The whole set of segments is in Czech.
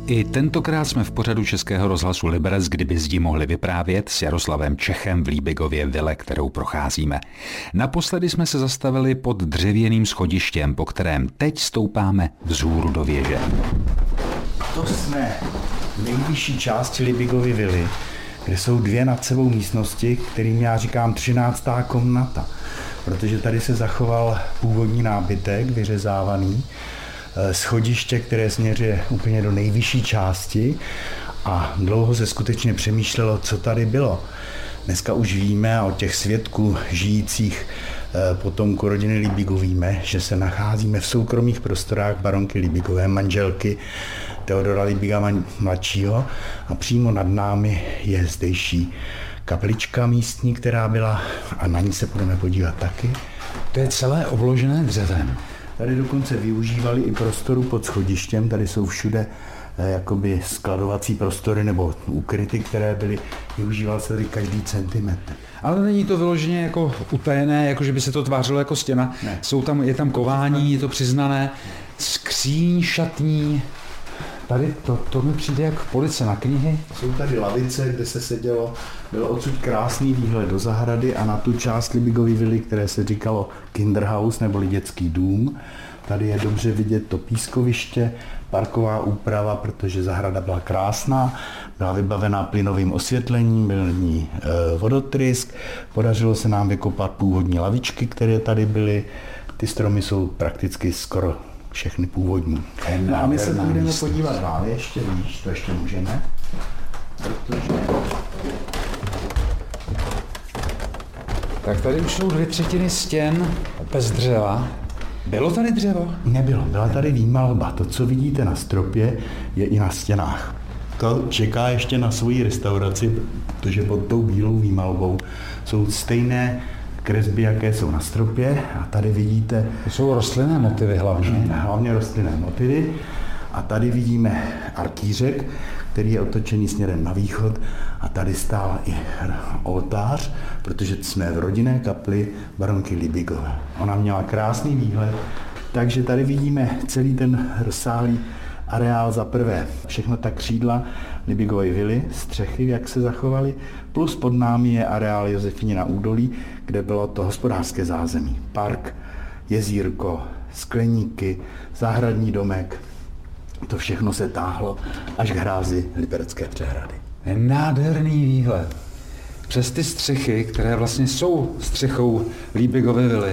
I tentokrát jsme v pořadu Českého rozhlasu Liberec, kdyby zdi mohli vyprávět, s Jaroslavem Čechem v Líbigově vile, kterou procházíme. Naposledy jsme se zastavili pod dřevěným schodištěm, po kterém teď stoupáme vzhůru do věže. To jsme v nejvyšší části Líbigovy vily, kde jsou dvě nad sebou místnosti, kterým já říkám 13. komnata, protože tady se zachoval původní nábytek, vyřezávaný, schodiště, které směřuje úplně do nejvyšší části a dlouho se skutečně přemýšlelo, co tady bylo. Dneska už víme a od těch svědků žijících potomků rodiny Líbigů víme, že se nacházíme v soukromých prostorách baronky Líbigové, manželky Teodora Líbiga mladšího a přímo nad námi je zdejší kaplička místní, která byla a na ní se budeme podívat taky. To je celé obložené dřevem. Tady dokonce využívali i prostoru pod schodištěm, tady jsou všude jakoby skladovací prostory nebo ukryty, které byly, využíval se tady každý centimetr. Ale není to vyloženě jako utajené, jako že by se to tvářilo jako stěna. Ne. Je tam kování, je to přiznané, skříň, šatní. Tady to mi přijde jak police na knihy. Jsou tady lavice, kde se sedělo, byl odsud krásný výhled do zahrady a na tu část Líbigovy vily, které se říkalo Kinderhaus neboli dětský dům. Tady je dobře vidět to pískoviště, parková úprava, protože zahrada byla krásná, byla vybavená plynovým osvětlením, byl v ní vodotrysk, podařilo se nám vykopat původní lavičky, které tady byly, ty stromy jsou prakticky skoro všechny původní. No a my se budeme podívat dál ještě výš, to ještě můžeme, protože... Tak tady už jsou 2/3 stěn bez dřeva. Bylo tady dřevo? Nebylo, byla tady výmalba. To, co vidíte na stropě, je i na stěnách. To čeká ještě na svoji restauraci, protože pod tou bílou výmalbou jsou stejné kresby, jaké jsou na stropě. A tady vidíte... To jsou rostlinné motivy hlavně. Hlavně rostlinné motivy. A tady vidíme arkýřek, který je otočený směrem na východ. A tady stál i oltář, protože jsme v rodinné kapli baronky Líbigové. Ona měla krásný výhled, takže tady vidíme celý ten rozsáhlý areál za prvé. Všechno ta křídla Líbigovy vily, střechy, jak se zachovaly, plus pod námi je areál Josefínina údolí, kde bylo to hospodářské zázemí. Park, jezírko, skleníky, zahradní domek. To všechno se táhlo až k hrázi Liberecké přehrady. Je nádherný výhled. Přes ty střechy, které vlastně jsou střechou Líbigovy vily,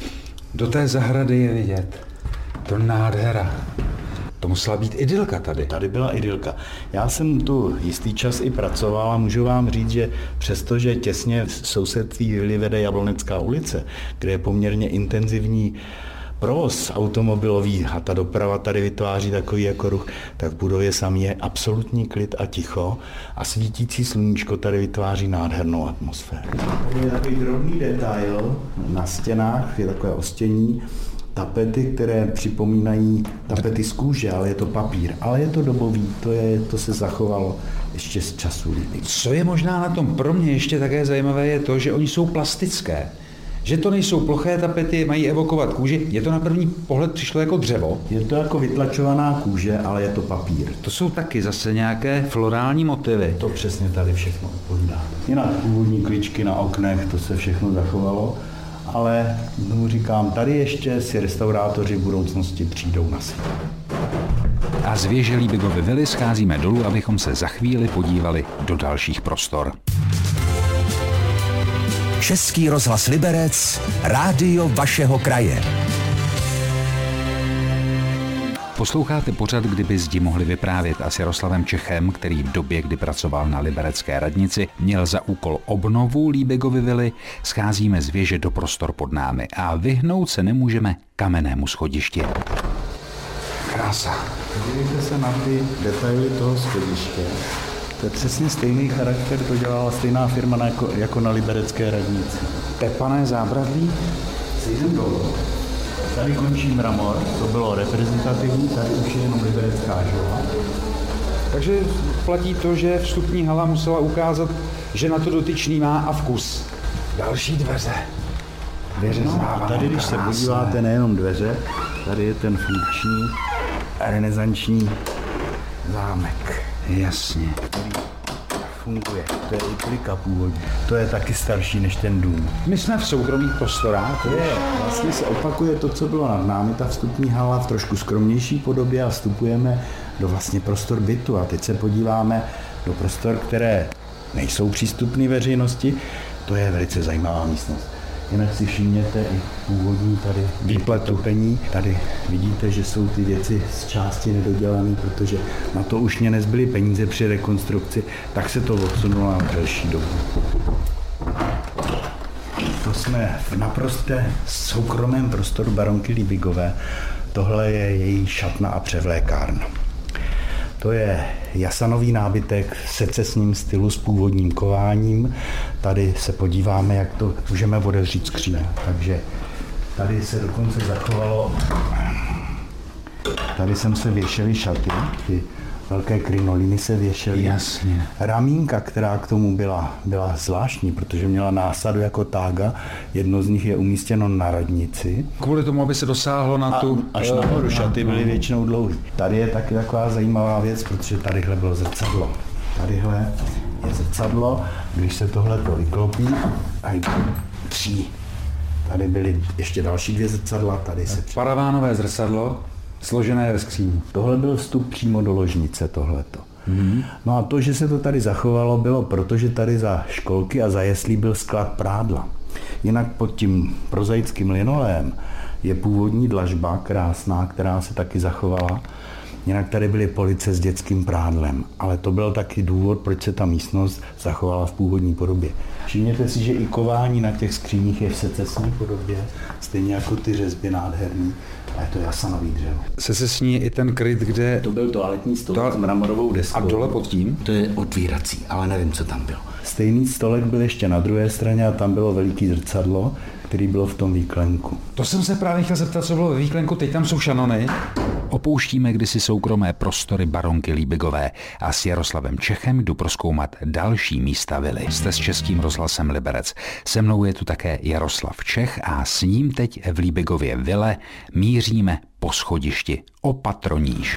do té zahrady je vidět. To nádhera. To musela být idylka tady. Tady byla idylka. Já jsem tu jistý čas i pracoval a můžu vám říct, že přestože těsně v sousedství vily vede Jablonecká ulice, kde je poměrně intenzivní provoz automobilový a ta doprava tady vytváří takový jako ruch, tak v budově samý je absolutní klid a ticho a svítící sluníčko tady vytváří nádhernou atmosféru. Tady je takový drobný detail na stěnách, je takové ostění, tapety, které připomínají tapety z kůže, ale je to papír. Ale je to dobový, to se zachovalo ještě z času Líbig. Co je možná na tom pro mě ještě také zajímavé, je to, že oni jsou plastické. Že to nejsou ploché tapety, mají evokovat kůži. Je to na první pohled přišlo jako dřevo. Je to jako vytlačovaná kůže, ale je to papír. To jsou taky zase nějaké florální motivy. To přesně tady všechno odpovídá. Jinak původní kličky na oknech, to se všechno zachovalo. Ale znovu říkám, tady ještě si restaurátoři v budoucnosti přijdou na svět. A z věže Líbigovy vily scházíme dolů, abychom se za chvíli podívali do dalších prostor. Český rozhlas Liberec, rádio vašeho kraje. Posloucháte pořad, kdyby zdi mohli vyprávět, a s Jaroslavem Čechem, který v době, kdy pracoval na liberecké radnici, měl za úkol obnovu Líbigovy vily, scházíme z věže do prostor pod námi a vyhnout se nemůžeme kamennému schodišti. Krása. Podívejte se na ty detaily toho schodiště. To je přesně stejný charakter, to dělala stejná firma jako na liberecké radnici. Tepané zábradlí? Sejdem dolů. Tady končí mramor, to bylo reprezentativní, tady už je jenom liberecká žila. Takže platí to, že vstupní hala musela ukázat, že na to dotyčný má a vkus. Další dveře. A tady, když se podíváte, nejenom dveře, tady je ten funkční renesanční zámek. Jasně. Funguje. To je i klika původní. To je taky starší než ten dům. My jsme v soukromých prostorách. Vlastně se opakuje to, co bylo nad námi, ta vstupní hala v trošku skromnější podobě a vstupujeme do vlastně prostor bytu. A teď se podíváme do prostor, které nejsou přístupné veřejnosti. To je velice zajímavá místnost. Jinak si všimněte i původní tady výpletopení. Tady vidíte, že jsou ty věci z části nedodělané, protože na to už mě nezbyly peníze při rekonstrukci, tak se to odsunulo na delší dobu. To jsme v naprosté soukromém prostoru baronky Liebigové. Tohle je její šatna a převlékárna. To je jasanový nábytek v secesním stylu s původním kováním. Tady se podíváme, jak to můžeme otevřít skříň. Takže tady se dokonce zachovalo, tady jsem se věšely šaty, ty velké krinoliny se věšely. Jasně. Ramínka, která k tomu byla zvláštní, protože měla násadu jako tága. Jedno z nich je umístěno na radnici. Kvůli tomu, aby se dosáhlo na tu... Až nahoru šaty byly většinou dlouhý. Tady je taky taková zajímavá věc, protože tadyhle bylo zrcadlo. Tadyhle je zrcadlo, když se tohleto vyklopí a tří. Tady byly ještě další 2 zrcadla, tady se... Paravánové zrcadlo, složené ve skříni. Tohle byl vstup přímo do ložnice, tohleto. No a to, že se to tady zachovalo, bylo proto, že tady za školky a za jeslí byl sklad prádla. Jinak pod tím prozaickým linolém je původní dlažba krásná, která se taky zachovala. Jinak tady byly police s dětským prádlem, ale to byl taky důvod, proč se ta místnost zachovala v původní podobě. Všimněte si, že i kování na těch skříních je v secesní podobě, stejně jako ty řezby nádherný, a je to jasanový dřevo. Secesní je i ten kryt, kde... To byl toaletní stolek s mramorovou deskou. A dole pod tím? To je otvírací, ale nevím, co tam bylo. Stejný stolek byl ještě na druhé straně a tam bylo veliký zrcadlo, který bylo v tom výklenku. To jsem se právě chtěl zeptat, co bylo ve výklenku, teď tam jsou šanony. Opouštíme kdysi soukromé prostory baronky Liebigové a s Jaroslavem Čechem jdu prozkoumat další místa vily. Jste s Českým rozhlasem Liberec. Se mnou je tu také Jaroslav Čech a s ním teď v Liebigově vile míříme po schodišti opatroníž.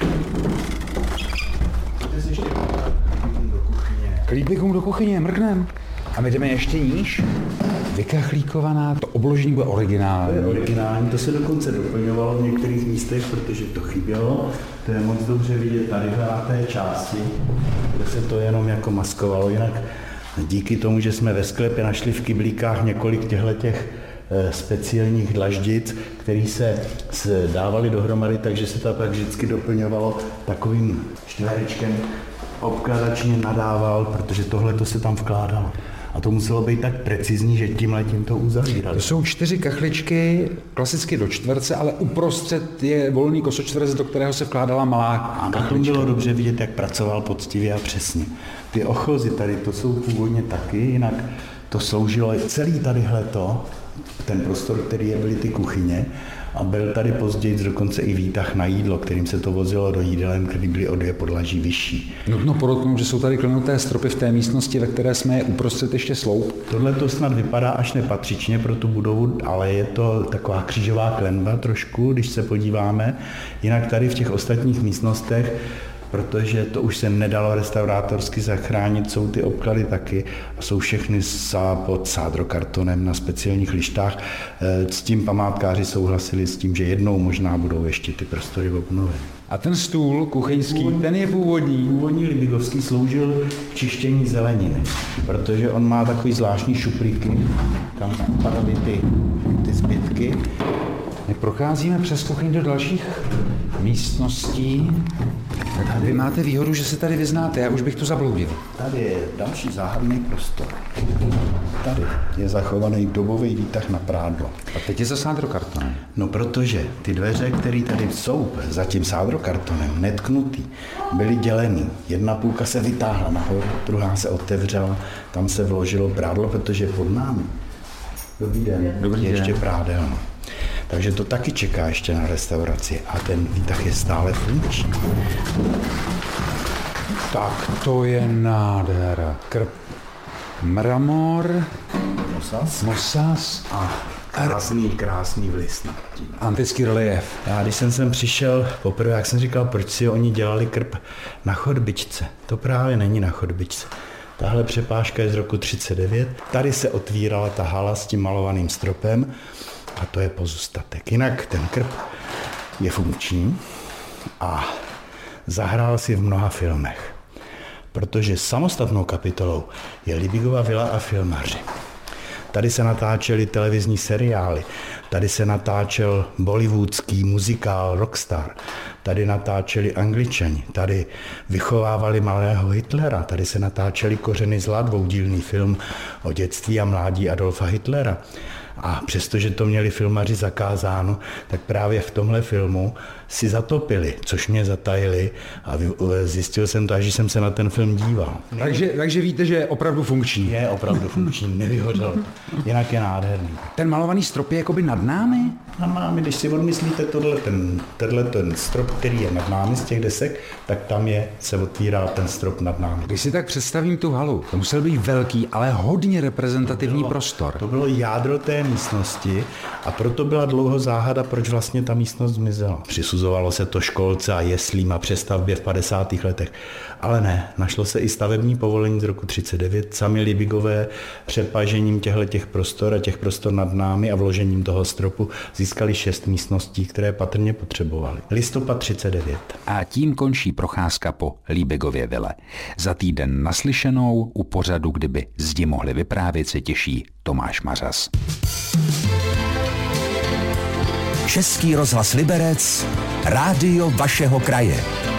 K Liebigům do kuchyně, mrknem. A my jdeme ještě níž. Vykachlíkovaná, to obložení bude originální. To je originální, to se dokonce doplňovalo v některých místech, protože to chybělo. To je moc dobře vidět tadyhle na té části, kde se to jenom jako maskovalo. Jinak díky tomu, že jsme ve sklepě našli v kyblíkách několik těchto speciálních dlaždic, které se dávaly dohromady, takže se to pak vždycky doplňovalo takovým čtverečkem. Obkladačně nadával, protože tohle to se tam vkládalo. A to muselo být tak precizní, že tímhletím to uzavírali. To jsou 4 kachličky, klasicky do čtverce, ale uprostřed je volný kosočtverec, do kterého se vkládala malá kachlička. A to bylo dobře vidět, jak pracoval poctivě a přesně. Ty ochozy tady, to jsou původně taky, jinak to sloužilo celý tadyhleto, ten prostor, který je, byly ty kuchyně, a byl tady později dokonce i výtah na jídlo, kterým se to vozilo do jídelen, který byly o 2 podlaží vyšší. Nutno podotknout, že jsou tady klenuté stropy v té místnosti, ve které jsme, je uprostřed ještě sloup. Tohle to snad vypadá až nepatřičně pro tu budovu, ale je to taková křížová klenba trošku, když se podíváme. Jinak tady v těch ostatních místnostech, protože to už se nedalo restaurátorsky zachránit, jsou ty obklady taky a jsou všechny pod sádrokartonem na speciálních lištách. S tím památkáři souhlasili s tím, že jednou možná budou ještě ty prostory obnoveny. A ten stůl kuchyňský, ten je původní. Původní Liebigovský sloužil k čištění zeleniny, protože on má takový zvláštní šuplíky, kam padaly ty zbytky. My procházíme přes kuchyň do dalších místností. Tak vy máte výhodu, že se tady vyznáte, já už bych tu zabloudil. Tady je další záhadný prostor. Tady je zachovaný dobový výtah na prádlo. A teď je za sádrokartonem. No protože ty dveře, které tady jsou za tím sádrokartonem, netknutý, byly dělený. Jedna půlka se vytáhla nahoru, druhá se otevřela, tam se vložilo prádlo, protože pod námi. Dobrý den. Dobrý je den. Ještě prádelno. Takže to taky čeká ještě na restauraci a ten výtah je stále funkční. Tak to je nádhera. Mramor, Mosas. mosas A Krásný vlis nad tím. Antický relief. Já když jsem sem přišel poprvé, jak jsem říkal, proč si oni dělali krb na chodbičce. To právě není na chodbičce. Tahle přepážka je z roku 39. Tady se otvírala ta hala s tím malovaným stropem a to je pozůstatek. Jinak ten krb je funkční a zahrál si v mnoha filmech. Protože samostatnou kapitolou je Liebigova vila a filmaři. Tady se natáčely televizní seriály, tady se natáčel bollywoodský muzikál Rockstar, tady natáčeli Angličani, tady vychovávali malého Hitlera, tady se natáčeli Kořeny zla, dvoudílný film o dětství a mládí Adolfa Hitlera. A přestože to měli filmaři zakázáno, tak právě v tomhle filmu si zatopili, což mě zatajili a zjistil jsem to, až jsem se na ten film díval. Takže víte, že je opravdu funkční. Je opravdu funkční, nevyhořel. Jinak je nádherný. Ten malovaný strop je jakoby nad námi? Nad námi, když si odmyslíte ten strop, který je nad námi z těch desek, tak tam se otvírá ten strop nad námi. Když si tak představím tu halu, to musel být velký, ale hodně reprezentativní prostor. To bylo jádro té místnosti a proto byla dlouho záhada, proč vlastně ta místnost zmizela. Přisuzovalo se to školce a jeslím a přestavbě v 50. letech. Ale ne, našlo se i stavební povolení z roku 39, sami Liebigové přepažením těchto prostor a těch prostor nad námi a vložením toho stropu získali 6 místností, které patrně potřebovali. Listopad 39. A tím končí procházka po Liebigově vile. Za týden naslyšenou u pořadu, kdyby zdi mohli vyprávět, se těší Tomáš Mařas. Český rozhlas Liberec, rádio vašeho kraje.